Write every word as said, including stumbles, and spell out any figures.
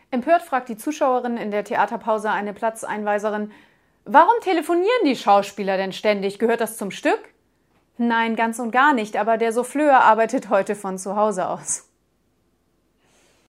Empört fragt die Zuschauerin in der Theaterpause eine Platzeinweiserin: Warum telefonieren die Schauspieler denn ständig? Gehört das zum Stück? Nein, ganz und gar nicht, aber der Souffleur arbeitet heute von zu Hause aus.